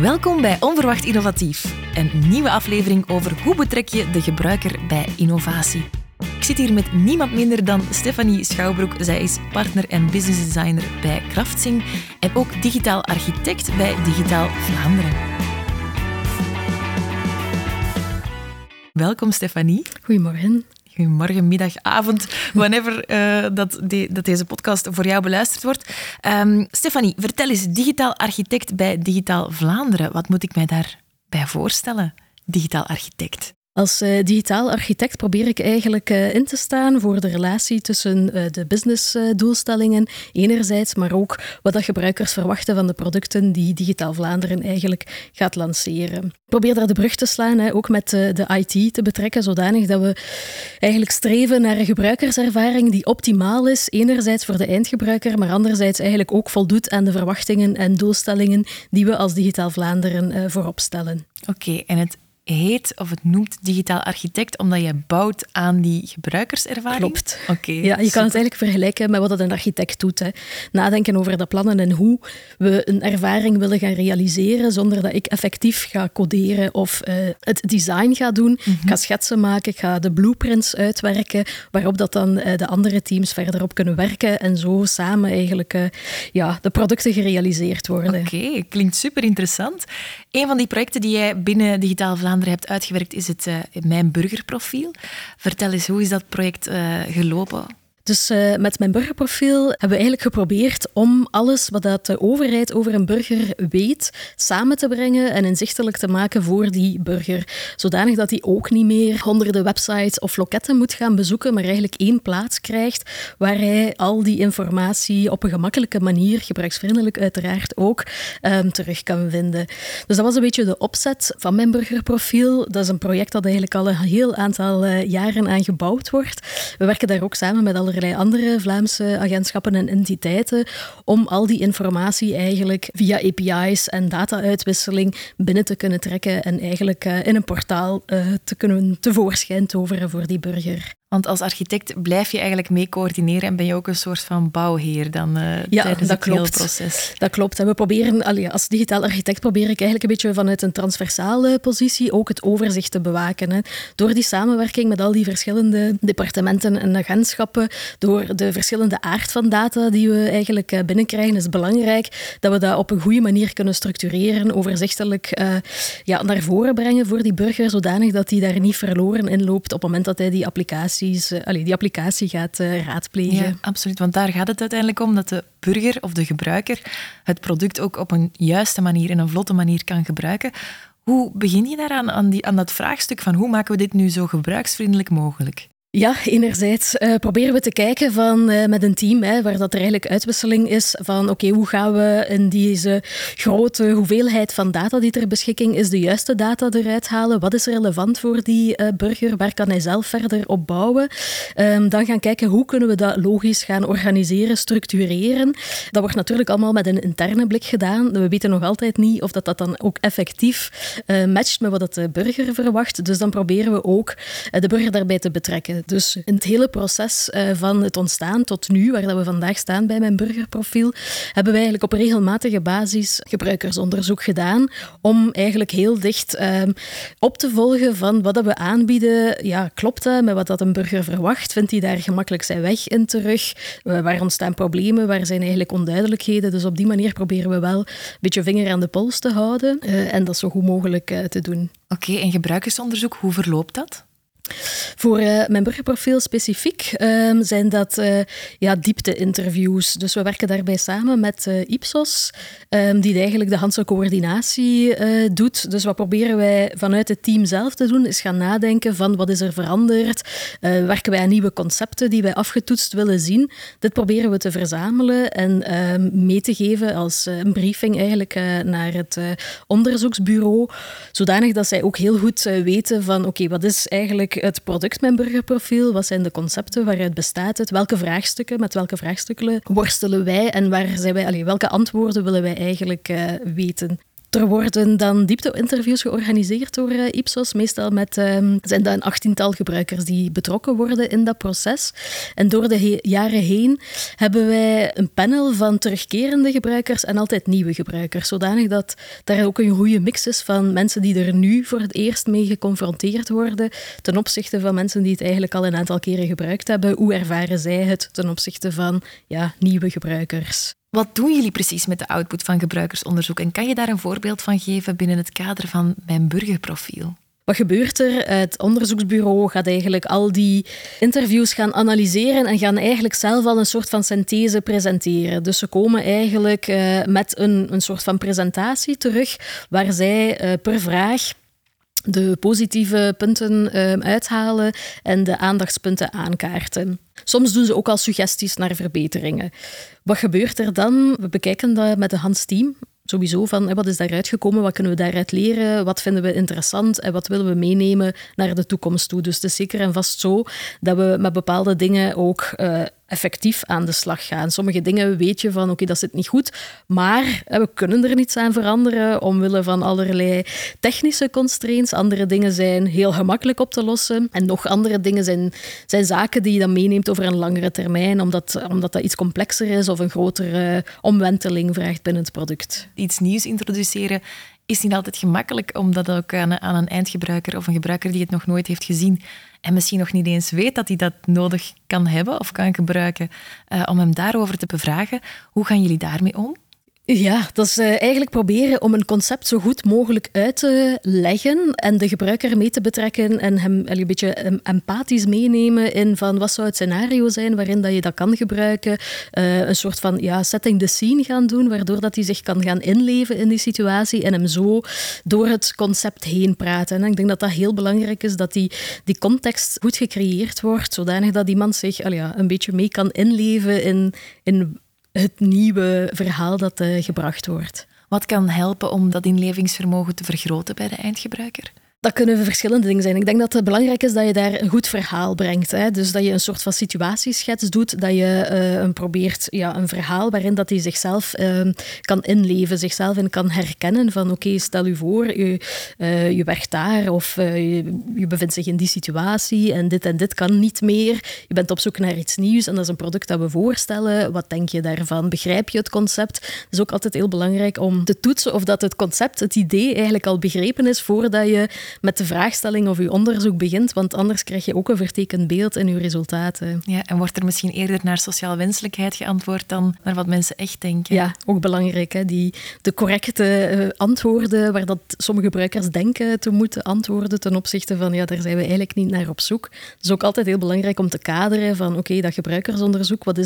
Welkom bij Onverwacht Innovatief, een nieuwe aflevering over hoe betrek je de gebruiker bij innovatie. Ik zit hier met niemand minder dan Stefanie Schouwbroek. Zij is partner en business designer bij Kraftzing en ook digitaal architect bij Digitaal Vlaanderen. Welkom Stefanie. Goedemorgen. Goedemorgen, middag, avond, whenever dat deze podcast voor jou beluisterd wordt. Stefanie, vertel eens, digitaal architect bij Digitaal Vlaanderen. Wat moet ik mij daarbij voorstellen, digitaal architect? Als digitaal architect probeer ik eigenlijk in te staan voor de relatie tussen de businessdoelstellingen enerzijds, maar ook wat dat gebruikers verwachten van de producten die Digitaal Vlaanderen eigenlijk gaat lanceren. Ik probeer daar de brug te slaan, ook met de IT te betrekken, zodanig dat we eigenlijk streven naar een gebruikerservaring die optimaal is, enerzijds voor de eindgebruiker, maar anderzijds eigenlijk ook voldoet aan de verwachtingen en doelstellingen die we als Digitaal Vlaanderen voorop stellen. Oké, en het noemt digitaal architect omdat je bouwt aan die gebruikerservaring? Klopt. Okay, ja, je kan het eigenlijk vergelijken met wat een architect doet. Hè. Nadenken over de plannen en hoe we een ervaring willen gaan realiseren zonder dat ik effectief ga coderen of het design ga doen. Ik ga schetsen maken, ik ga de blueprints uitwerken, waarop dat dan de andere teams verder op kunnen werken en zo samen eigenlijk de producten gerealiseerd worden. Oké, klinkt super interessant. Een van die projecten die jij binnen Digitaal Vlaanderen hebt uitgewerkt is het Mijn Burgerprofiel. Vertel eens, hoe is dat project gelopen? Dus met Mijn Burgerprofiel hebben we eigenlijk geprobeerd om alles wat de overheid over een burger weet samen te brengen en inzichtelijk te maken voor die burger. Zodanig dat hij ook niet meer honderden websites of loketten moet gaan bezoeken, maar eigenlijk één plaats krijgt waar hij al die informatie op een gemakkelijke manier, gebruiksvriendelijk uiteraard ook, terug kan vinden. Dus dat was een beetje de opzet van Mijn Burgerprofiel. Dat is een project dat eigenlijk al een heel aantal jaren aan gebouwd wordt. We werken daar ook samen met allerlei andere Vlaamse agentschappen en entiteiten om al die informatie eigenlijk via API's en data-uitwisseling binnen te kunnen trekken en eigenlijk in een portaal te kunnen tevoorschijn toveren voor die burger. Want als architect blijf je eigenlijk mee coördineren en ben je ook een soort van bouwheer dan tijdens het hele proces. Dat klopt. En we proberen, als digitaal architect probeer ik eigenlijk een beetje vanuit een transversale positie ook het overzicht te bewaken. Hè. Door die samenwerking met al die verschillende departementen en agentschappen, door de verschillende aard van data die we eigenlijk binnenkrijgen, is het belangrijk dat we dat op een goede manier kunnen structureren, overzichtelijk naar voren brengen voor die burger, zodanig dat hij daar niet verloren in loopt op het moment dat hij die applicatie gaat raadplegen. Ja, absoluut. Want daar gaat het uiteindelijk om, dat de burger of de gebruiker het product ook op een juiste manier en een vlotte manier kan gebruiken. Hoe begin je daaraan, aan dat vraagstuk van hoe maken we dit nu zo gebruiksvriendelijk mogelijk? Ja, enerzijds proberen we te kijken met een team, waar dat er eigenlijk uitwisseling is van hoe gaan we in deze grote hoeveelheid van data die ter beschikking is, de juiste data eruit halen. Wat is relevant voor die burger? Waar kan hij zelf verder op bouwen? Dan gaan kijken hoe kunnen we dat logisch gaan organiseren, structureren. Dat wordt natuurlijk allemaal met een interne blik gedaan. We weten nog altijd niet of dat dan ook effectief matcht met wat de burger verwacht. Dus dan proberen we ook de burger daarbij te betrekken. Dus in het hele proces van het ontstaan tot nu, waar dat we vandaag staan bij Mijn Burgerprofiel, hebben wij eigenlijk op een regelmatige basis gebruikersonderzoek gedaan om eigenlijk heel dicht op te volgen van wat dat we aanbieden. Ja, klopt dat met wat dat een burger verwacht? Vindt hij daar gemakkelijk zijn weg in terug? Waar ontstaan problemen? Waar zijn eigenlijk onduidelijkheden? Dus op die manier proberen we wel een beetje vinger aan de pols te houden en dat zo goed mogelijk te doen. Oké, en gebruikersonderzoek, hoe verloopt dat? Voor Mijn Burgerprofiel specifiek zijn dat diepte-interviews. Dus we werken daarbij samen met Ipsos, die eigenlijk de handse coördinatie doet. Dus wat proberen wij vanuit het team zelf te doen, is gaan nadenken van wat is er veranderd. Werken wij aan nieuwe concepten die wij afgetoetst willen zien. Dit proberen we te verzamelen en mee te geven als een briefing eigenlijk naar het onderzoeksbureau, zodanig dat zij ook heel goed weten van wat is eigenlijk het product Mijn Burgerprofiel, wat zijn de concepten, waaruit bestaat het, met welke vraagstukken worstelen wij en waar zijn wij, welke antwoorden willen wij eigenlijk weten. Er worden dan diepte-interviews georganiseerd door Ipsos. Meestal zijn dat een 18-tal gebruikers die betrokken worden in dat proces. En door de jaren heen hebben wij een panel van terugkerende gebruikers en altijd nieuwe gebruikers. Zodanig dat daar ook een goede mix is van mensen die er nu voor het eerst mee geconfronteerd worden ten opzichte van mensen die het eigenlijk al een aantal keren gebruikt hebben. Hoe ervaren zij het ten opzichte van nieuwe gebruikers? Wat doen jullie precies met de output van gebruikersonderzoek? En kan je daar een voorbeeld van geven binnen het kader van Mijn Burgerprofiel? Wat gebeurt er? Het onderzoeksbureau gaat eigenlijk al die interviews gaan analyseren en gaan eigenlijk zelf al een soort van synthese presenteren. Dus ze komen eigenlijk met een soort van presentatie terug waar zij per vraag de positieve punten uithalen en de aandachtspunten aankaarten. Soms doen ze ook al suggesties naar verbeteringen. Wat gebeurt er dan? We bekijken dat met de Hans-team. Sowieso van wat is daaruit gekomen, wat kunnen we daaruit leren, wat vinden we interessant en wat willen we meenemen naar de toekomst toe. Dus het is zeker en vast zo dat we met bepaalde dingen ook effectief aan de slag gaan. Sommige dingen weet je van oké, dat zit niet goed, maar we kunnen er niets aan veranderen omwille van allerlei technische constraints. Andere dingen zijn heel gemakkelijk op te lossen en nog andere dingen zijn zaken die je dan meeneemt over een langere termijn, omdat dat iets complexer is of een grotere omwenteling vraagt binnen het product. Iets nieuws introduceren is niet altijd gemakkelijk, omdat ook aan een eindgebruiker of een gebruiker die het nog nooit heeft gezien en misschien nog niet eens weet dat hij dat nodig kan hebben of kan gebruiken, om hem daarover te bevragen. Hoe gaan jullie daarmee om? Ja, dat is eigenlijk proberen om een concept zo goed mogelijk uit te leggen en de gebruiker mee te betrekken en hem een beetje empathisch meenemen in van wat zou het scenario zijn waarin dat je dat kan gebruiken. Een soort van setting the scene gaan doen, waardoor dat hij zich kan gaan inleven in die situatie en hem zo door het concept heen praten. En ik denk dat dat heel belangrijk is, dat die context goed gecreëerd wordt, zodanig dat iemand zich een beetje mee kan inleven in het nieuwe verhaal dat gebracht wordt. Wat kan helpen om dat inlevingsvermogen te vergroten bij de eindgebruiker? Dat kunnen verschillende dingen zijn. Ik denk dat het belangrijk is dat je daar een goed verhaal brengt. Hè? Dus dat je een soort van situatieschets doet, dat je probeert een verhaal waarin dat hij zichzelf kan inleven, zichzelf in kan herkennen van oké, stel u voor, je werkt daar of je bevindt zich in die situatie en dit kan niet meer. Je bent op zoek naar iets nieuws en dat is een product dat we voorstellen. Wat denk je daarvan? Begrijp je het concept? Het is ook altijd heel belangrijk om te toetsen of dat het concept, het idee eigenlijk al begrepen is voordat je met de vraagstelling of je onderzoek begint, want anders krijg je ook een vertekend beeld in je resultaten. Ja, en wordt er misschien eerder naar sociale wenselijkheid geantwoord dan naar wat mensen echt denken? Ja, ook belangrijk. Hè? De correcte antwoorden waar dat sommige gebruikers denken te moeten antwoorden ten opzichte van daar zijn we eigenlijk niet naar op zoek. Het is ook altijd heel belangrijk om te kaderen van oké, dat gebruikersonderzoek, wat is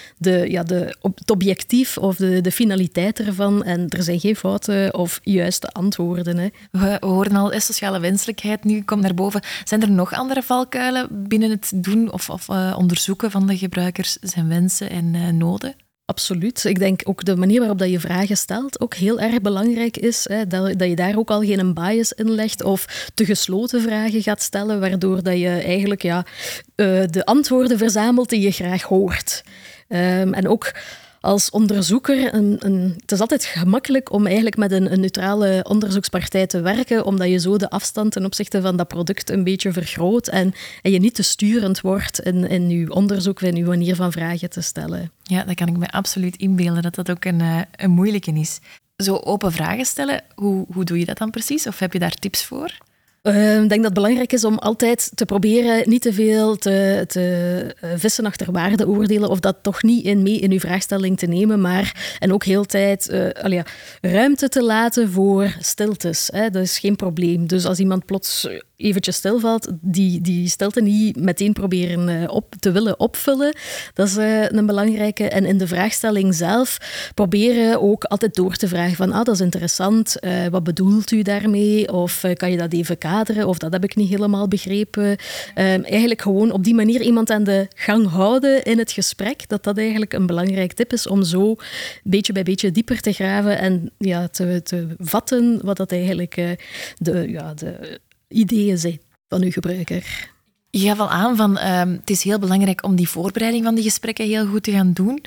het objectief of de finaliteit ervan? En er zijn geen foute of juiste antwoorden. Hè. We horen al sociale wenselijkheid nu komt naar boven. Zijn er nog andere valkuilen binnen het doen of onderzoeken van de gebruikers zijn wensen en noden? Absoluut. Ik denk ook de manier waarop dat je vragen stelt ook heel erg belangrijk is. Hè, dat je daar ook al geen bias in legt of te gesloten vragen gaat stellen, waardoor dat je eigenlijk de antwoorden verzamelt die je graag hoort. En ook als onderzoeker, het is altijd gemakkelijk om eigenlijk met een neutrale onderzoekspartij te werken, omdat je zo de afstand ten opzichte van dat product een beetje vergroot en je niet te sturend wordt in je onderzoek en je manier van vragen te stellen. Ja, dat kan ik me absoluut inbeelden, dat dat ook een moeilijke is. Zo open vragen stellen, hoe doe je dat dan precies? Of heb je daar tips voor? Ik denk dat het belangrijk is om altijd te proberen niet te veel te vissen achter waardeoordelen of dat toch niet mee in uw vraagstelling te nemen, en ook heel tijd ruimte te laten voor stiltes. Hè. Dat is geen probleem. Dus als iemand plots eventjes stilvalt, die stilte niet meteen proberen te willen opvullen. Dat is een belangrijke. En in de vraagstelling zelf proberen ook altijd door te vragen van dat is interessant, wat bedoelt u daarmee? Of kan je dat even kaderen? Of dat heb ik niet helemaal begrepen. Eigenlijk gewoon op die manier iemand aan de gang houden in het gesprek, dat eigenlijk een belangrijk tip is om zo beetje bij beetje dieper te graven en te vatten wat dat eigenlijk de ideeën zijn van uw gebruiker. Je gaf al aan van het is heel belangrijk om die voorbereiding van die gesprekken heel goed te gaan doen.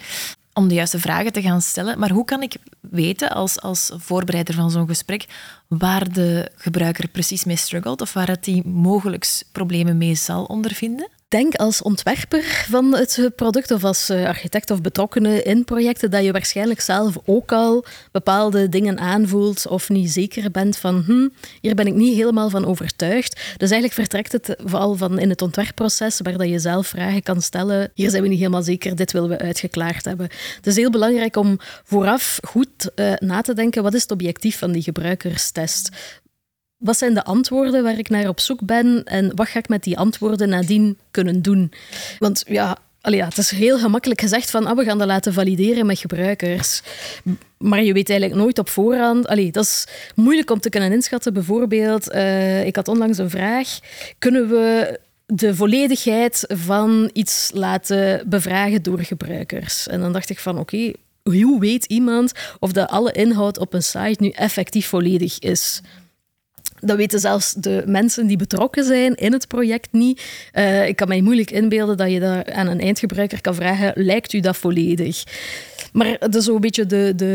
om de juiste vragen te gaan stellen. Maar hoe kan ik weten, als voorbereider van zo'n gesprek, waar de gebruiker precies mee struggelt of waar het die mogelijk problemen mee zal ondervinden? Denk als ontwerper van het product of als architect of betrokkenen in projecten dat je waarschijnlijk zelf ook al bepaalde dingen aanvoelt of niet zeker bent van hier ben ik niet helemaal van overtuigd. Dus eigenlijk vertrekt het vooral van in het ontwerpproces waar dat je zelf vragen kan stellen. Hier zijn we niet helemaal zeker, dit willen we uitgeklaard hebben. Het is heel belangrijk om vooraf goed na te denken, wat is het objectief van die gebruikerstest? Wat zijn de antwoorden waar ik naar op zoek ben en wat ga ik met die antwoorden nadien kunnen doen? Want het is heel gemakkelijk gezegd van we gaan dat laten valideren met gebruikers. Maar je weet eigenlijk nooit op voorhand. Dat is moeilijk om te kunnen inschatten. Bijvoorbeeld, ik had onlangs een vraag. Kunnen we de volledigheid van iets laten bevragen door gebruikers? En dan dacht ik van oké, hoe weet iemand of dat alle inhoud op een site nu effectief volledig is? Dat weten zelfs de mensen die betrokken zijn in het project niet. Ik kan mij moeilijk inbeelden dat je daar aan een eindgebruiker kan vragen, lijkt u dat volledig? Maar dat is zo'n beetje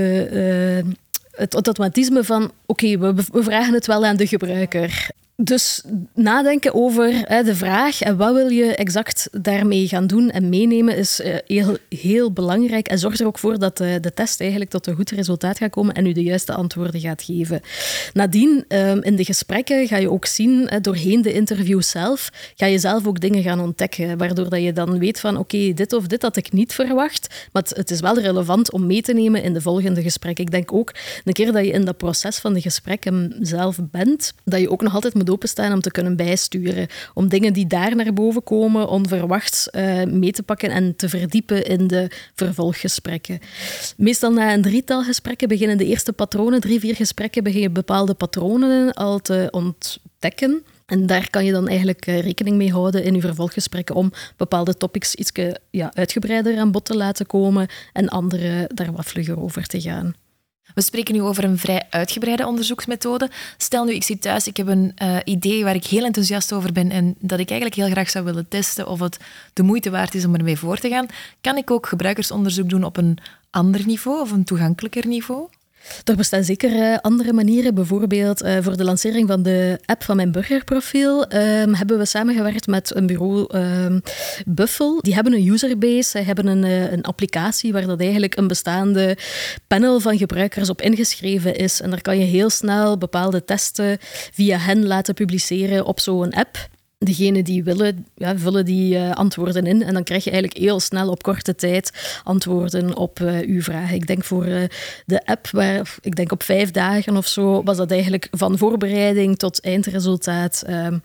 het automatisme van oké, we vragen het wel aan de gebruiker. Dus nadenken over de vraag en wat wil je exact daarmee gaan doen en meenemen is heel, heel belangrijk. En zorg er ook voor dat de test eigenlijk tot een goed resultaat gaat komen en u de juiste antwoorden gaat geven. Nadien, in de gesprekken ga je ook zien, doorheen de interview zelf, ga je zelf ook dingen gaan ontdekken, waardoor dat je dan weet van oké, dit of dit had ik niet verwacht, maar het is wel relevant om mee te nemen in de volgende gesprekken. Ik denk ook, een keer dat je in dat proces van de gesprekken zelf bent, dat je ook nog altijd moet openstaan om te kunnen bijsturen. Om dingen die daar naar boven komen, onverwachts mee te pakken en te verdiepen in de vervolggesprekken. Meestal na een 3-tal gesprekken beginnen de eerste patronen, 3-4 gesprekken, begin je bepaalde patronen al te ontdekken. En daar kan je dan eigenlijk rekening mee houden in je vervolggesprekken om bepaalde topics iets uitgebreider aan bod te laten komen en andere daar wat vlugger over te gaan. We spreken nu over een vrij uitgebreide onderzoeksmethode. Stel nu, ik zit thuis, ik heb een idee waar ik heel enthousiast over ben en dat ik eigenlijk heel graag zou willen testen of het de moeite waard is om ermee voor te gaan. Kan ik ook gebruikersonderzoek doen op een ander niveau of een toegankelijker niveau? Er bestaan zeker andere manieren. Bijvoorbeeld voor de lancering van de app van mijn burgerprofiel hebben we samengewerkt met een bureau Buffel. Die hebben een userbase, zij hebben een applicatie waar dat eigenlijk een bestaande panel van gebruikers op ingeschreven is. En daar kan je heel snel bepaalde testen via hen laten publiceren op zo'n app. Degenen die willen, vullen die antwoorden in en dan krijg je eigenlijk heel snel op korte tijd antwoorden op uw vragen. Ik denk voor de app, ik denk op 5 dagen of zo, was dat eigenlijk van voorbereiding tot eindresultaat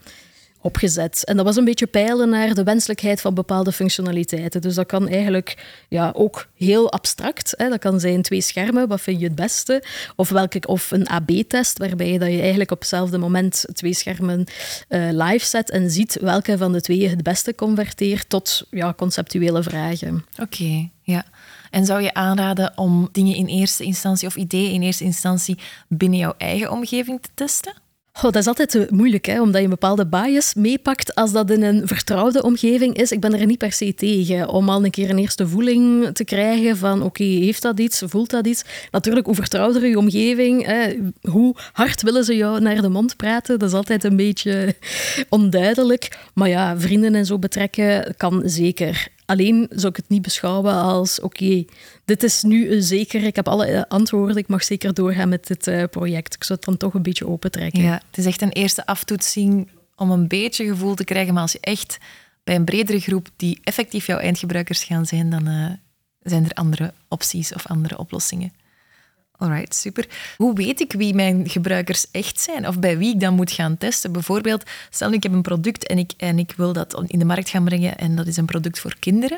opgezet. En dat was een beetje peilen naar de wenselijkheid van bepaalde functionaliteiten. Dus dat kan eigenlijk ook heel abstract. Dat kan zijn 2 schermen, wat vind je het beste? Of een AB-test, waarbij dat je eigenlijk op hetzelfde moment 2 schermen live zet en ziet welke van de 2 het beste converteert tot conceptuele vragen. Oké, ja. En zou je aanraden om dingen in eerste instantie of ideeën in eerste instantie binnen jouw eigen omgeving te testen? Dat is altijd moeilijk, omdat je een bepaalde bias meepakt als dat in een vertrouwde omgeving is. Ik ben er niet per se tegen om al een keer een eerste voeling te krijgen van oké, heeft dat iets, voelt dat iets? Natuurlijk, hoe vertrouwder je omgeving, hoe hard willen ze jou naar de mond praten, dat is altijd een beetje onduidelijk. Maar vrienden en zo betrekken kan zeker. Alleen zou ik het niet beschouwen als oké, dit is nu zeker, ik heb alle antwoorden, ik mag zeker doorgaan met dit project. Ik zou het dan toch een beetje opentrekken. Ja, het is echt een eerste aftoetsing om een beetje gevoel te krijgen, maar als je echt bij een bredere groep die effectief jouw eindgebruikers gaan zijn, dan zijn er andere opties of andere oplossingen. Alright, super. Hoe weet ik wie mijn gebruikers echt zijn? Of bij wie ik dan moet gaan testen? Bijvoorbeeld, stel nu ik heb een product en ik wil dat in de markt gaan brengen en dat is een product voor kinderen.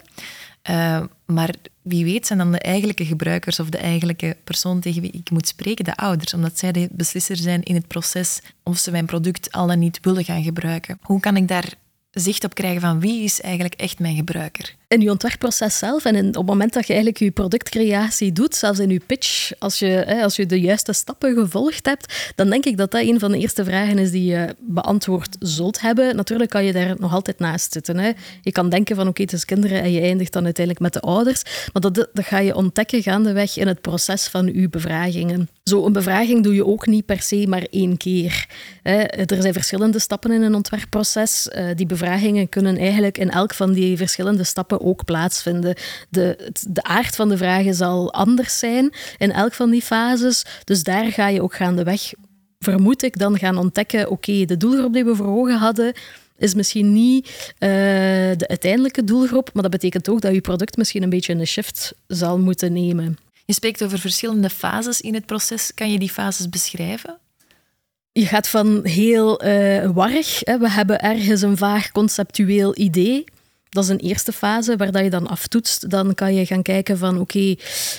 Maar wie weet zijn dan de eigenlijke gebruikers of de eigenlijke persoon tegen wie ik moet spreken, de ouders, omdat zij de beslisser zijn in het proces of ze mijn product al dan niet willen gaan gebruiken. Hoe kan ik daar zicht op krijgen van wie is eigenlijk echt mijn gebruiker? in je ontwerpproces zelf en op het moment dat je eigenlijk je productcreatie doet, zelfs in je pitch, als je de juiste stappen gevolgd hebt, dan denk ik dat dat een van de eerste vragen is die je beantwoord zult hebben. Natuurlijk kan je daar nog altijd naast zitten. Hè. Je kan denken van oké, het is kinderen en je eindigt dan uiteindelijk met de ouders, maar dat ga je ontdekken gaandeweg in het proces van je bevragingen. Zo'n bevraging doe je ook niet per se maar 1 keer. Er zijn verschillende stappen in een ontwerpproces. Die bevragingen kunnen eigenlijk in elk van die verschillende stappen ook plaatsvinden. De aard van de vragen zal anders zijn in elk van die fases. Dus daar ga je ook gaandeweg, vermoed ik, dan gaan ontdekken, oké, de doelgroep die we voor ogen hadden is misschien niet de uiteindelijke doelgroep, maar dat betekent ook dat je product misschien een beetje een shift zal moeten nemen. Je spreekt over verschillende fases in het proces. Kan je die fases beschrijven? Je gaat van heel warrig. We hebben ergens een vaag conceptueel idee. Dat is een eerste fase waar dat je dan aftoetst. Dan kan je gaan kijken van oké,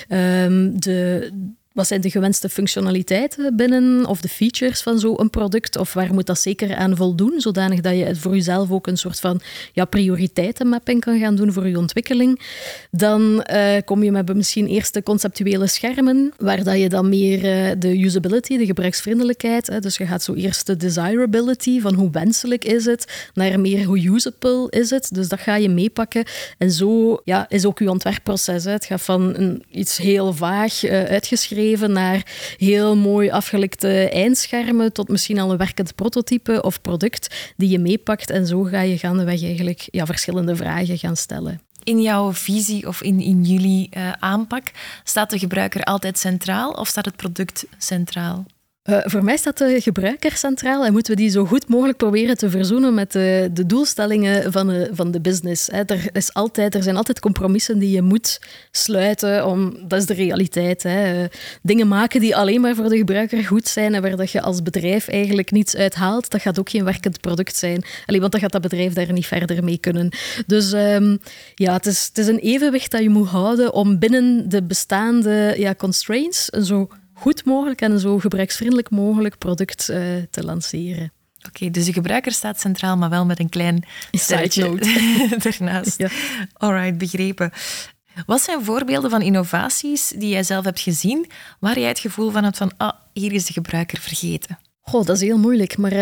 wat zijn de gewenste functionaliteiten binnen of de features van zo'n product of waar moet dat zeker aan voldoen, zodanig dat je voor jezelf ook een soort van prioriteitenmapping kan gaan doen voor je ontwikkeling. Dan kom je met misschien eerst de conceptuele schermen, waar dat je dan meer de usability, de gebruiksvriendelijkheid, dus je gaat zo eerst de desirability, van hoe wenselijk is het, naar meer hoe usable is het. Dus dat ga je meepakken. En zo is ook je ontwerpproces. Het gaat van iets heel vaag uitgeschreven naar heel mooi afgelikte eindschermen tot misschien al een werkend prototype of product die je meepakt. En zo ga je gaandeweg eigenlijk verschillende vragen gaan stellen. In jouw visie of in jullie aanpak, staat de gebruiker altijd centraal of staat het product centraal? Voor mij staat de gebruiker centraal en moeten we die zo goed mogelijk proberen te verzoenen met de doelstellingen van de business. Er zijn altijd compromissen die je moet sluiten. Dat is de realiteit. Dingen maken die alleen maar voor de gebruiker goed zijn en waar dat je als bedrijf eigenlijk niets uit haalt, dat gaat ook geen werkend product zijn. Want dan gaat dat bedrijf daar niet verder mee kunnen. Dus het is een evenwicht dat je moet houden om binnen de bestaande constraints zo goed mogelijk en een zo gebruiksvriendelijk mogelijk product te lanceren. Oké, dus de gebruiker staat centraal, maar wel met een klein sterretje ernaast. Ja. Alright, begrepen. Wat zijn voorbeelden van innovaties die jij zelf hebt gezien, waar jij het gevoel van hebt van, hier is de gebruiker vergeten? Dat is heel moeilijk, maar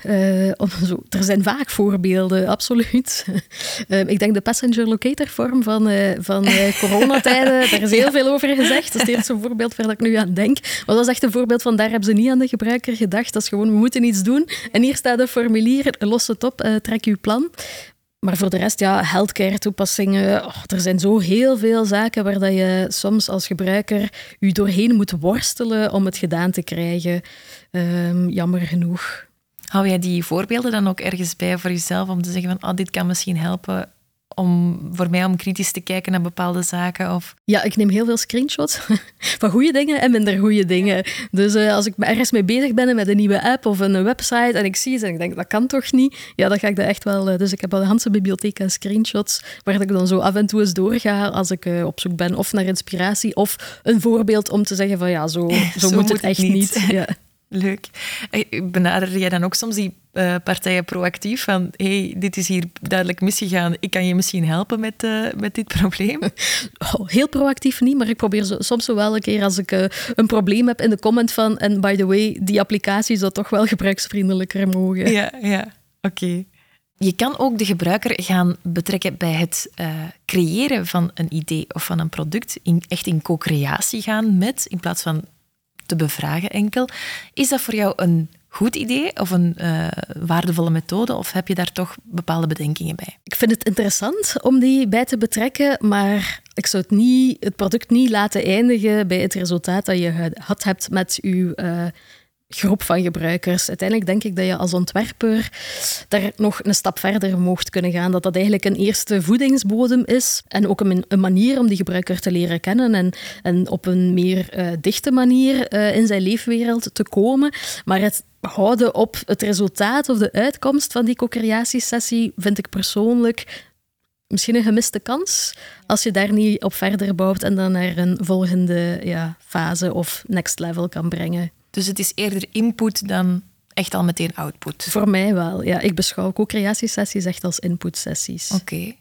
er zijn vaak voorbeelden, absoluut. Ik denk de passenger locator vorm van coronatijden, daar is heel veel over gezegd. Dat is het eerste voorbeeld waar ik nu aan denk. Maar dat is echt een voorbeeld van, daar hebben ze niet aan de gebruiker gedacht. Dat is gewoon, we moeten iets doen. En hier staat een formulier, los het op, trek je plan. Maar voor de rest, healthcare toepassingen. Er zijn zo heel veel zaken waar dat je soms als gebruiker je doorheen moet worstelen om het gedaan te krijgen. Jammer genoeg. Hou jij die voorbeelden dan ook ergens bij voor jezelf om te zeggen van dit kan misschien helpen voor mij om kritisch te kijken naar bepaalde zaken? Of... Ja, ik neem heel veel screenshots van goede dingen en minder goede dingen. Dus als ik ergens mee bezig ben met een nieuwe app of een website en ik zie het en ik denk, dat kan toch niet? Ja, dan ga ik dat echt wel... Dus ik heb al een hele bibliotheek aan screenshots waar ik dan zo af en toe eens doorga als ik op zoek ben of naar inspiratie of een voorbeeld om te zeggen van zo moet het echt niet. Ja. Leuk. Benader jij dan ook soms die partijen proactief van dit is hier duidelijk misgegaan, ik kan je misschien helpen met dit probleem? Heel proactief niet, maar ik probeer soms wel een keer als ik een probleem heb in de comment van en by the way, die applicatie zou toch wel gebruiksvriendelijker mogen. Ja, oké. Je kan ook de gebruiker gaan betrekken bij het creëren van een idee of van een product, echt in co-creatie gaan met, in plaats van te bevragen enkel. Is dat voor jou een goed idee of een waardevolle methode of heb je daar toch bepaalde bedenkingen bij? Ik vind het interessant om die bij te betrekken, maar ik zou het product niet laten eindigen bij het resultaat dat je gehad hebt met je groep van gebruikers. Uiteindelijk denk ik dat je als ontwerper daar nog een stap verder mocht kunnen gaan. Dat eigenlijk een eerste voedingsbodem is en ook een manier om die gebruiker te leren kennen en op een meer dichte manier in zijn leefwereld te komen. Maar het houden op het resultaat of de uitkomst van die co-creatiesessie vind ik persoonlijk misschien een gemiste kans als je daar niet op verder bouwt en dan naar een volgende fase of next level kan brengen. Dus het is eerder input dan echt al meteen output? Voor mij wel, ja. Ik beschouw co-creatiesessies echt als inputsessies. Oké.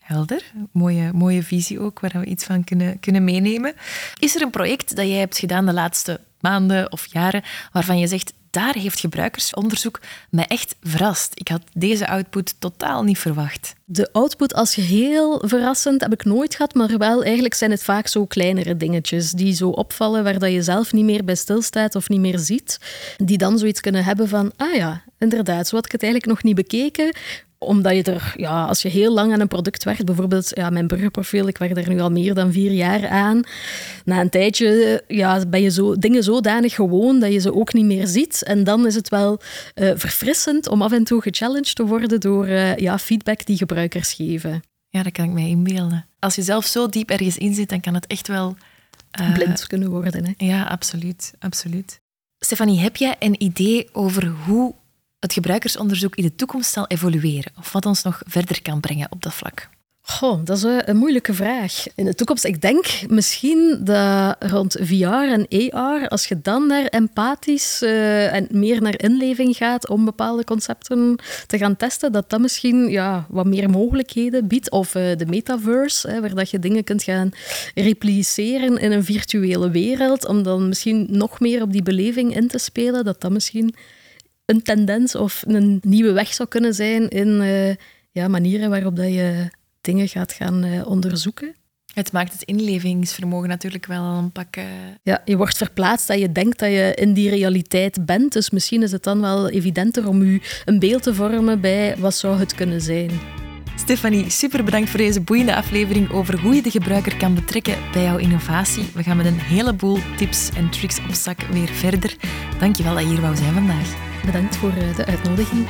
Helder. Mooie visie ook, waar we iets van kunnen meenemen. Is er een project dat jij hebt gedaan de laatste maanden of jaren waarvan je zegt, daar heeft gebruikersonderzoek mij echt verrast. Ik had deze output totaal niet verwacht. De output als geheel verrassend heb ik nooit gehad, maar wel eigenlijk zijn het vaak zo kleinere dingetjes die zo opvallen, waar dat je zelf niet meer bij stilstaat of niet meer ziet, die dan zoiets kunnen hebben van, ah ja, inderdaad, zo had ik het eigenlijk nog niet bekeken. Omdat je er, als je heel lang aan een product werkt, bijvoorbeeld mijn burgerprofiel, ik werk er nu al meer dan 4 jaar aan. Na een tijdje ben je dingen zodanig gewoon dat je ze ook niet meer ziet. En dan is het wel verfrissend om af en toe gechallenged te worden door feedback die gebruikers geven. Ja, dat kan ik mij inbeelden. Als je zelf zo diep ergens in zit, dan kan het echt wel... blind kunnen worden. Hè? Ja, absoluut. Stefanie, heb jij een idee over hoe het gebruikersonderzoek in de toekomst zal evolueren? Of wat ons nog verder kan brengen op dat vlak? Dat is een moeilijke vraag. In de toekomst, ik denk misschien dat rond VR en AR, als je dan naar empathisch en meer naar inleving gaat om bepaalde concepten te gaan testen, dat misschien wat meer mogelijkheden biedt. Of de metaverse, waar dat je dingen kunt gaan repliceren in een virtuele wereld, om dan misschien nog meer op die beleving in te spelen, dat misschien een tendens of een nieuwe weg zou kunnen zijn in manieren waarop dat je dingen gaat gaan onderzoeken. Het maakt het inlevingsvermogen natuurlijk wel een pak... Ja, je wordt verplaatst dat je denkt dat je in die realiteit bent. Dus misschien is het dan wel evidenter om je een beeld te vormen bij wat zou het kunnen zijn. Stefanie, super bedankt voor deze boeiende aflevering over hoe je de gebruiker kan betrekken bij jouw innovatie. We gaan met een heleboel tips en tricks op zak weer verder. Dank je wel dat je hier wou zijn vandaag. Bedankt voor de uitnodiging.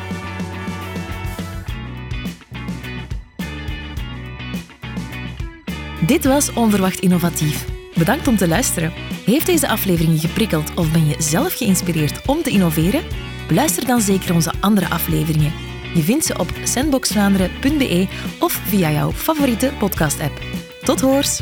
Dit was Onverwacht Innovatief. Bedankt om te luisteren. Heeft deze aflevering je geprikkeld of ben je zelf geïnspireerd om te innoveren? Beluister dan zeker onze andere afleveringen. Je vindt ze op sandboxvlaanderen.be of via jouw favoriete podcast-app. Tot hoors!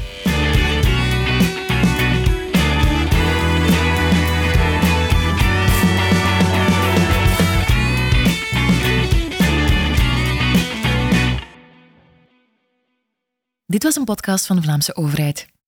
Dit was een podcast van de Vlaamse overheid.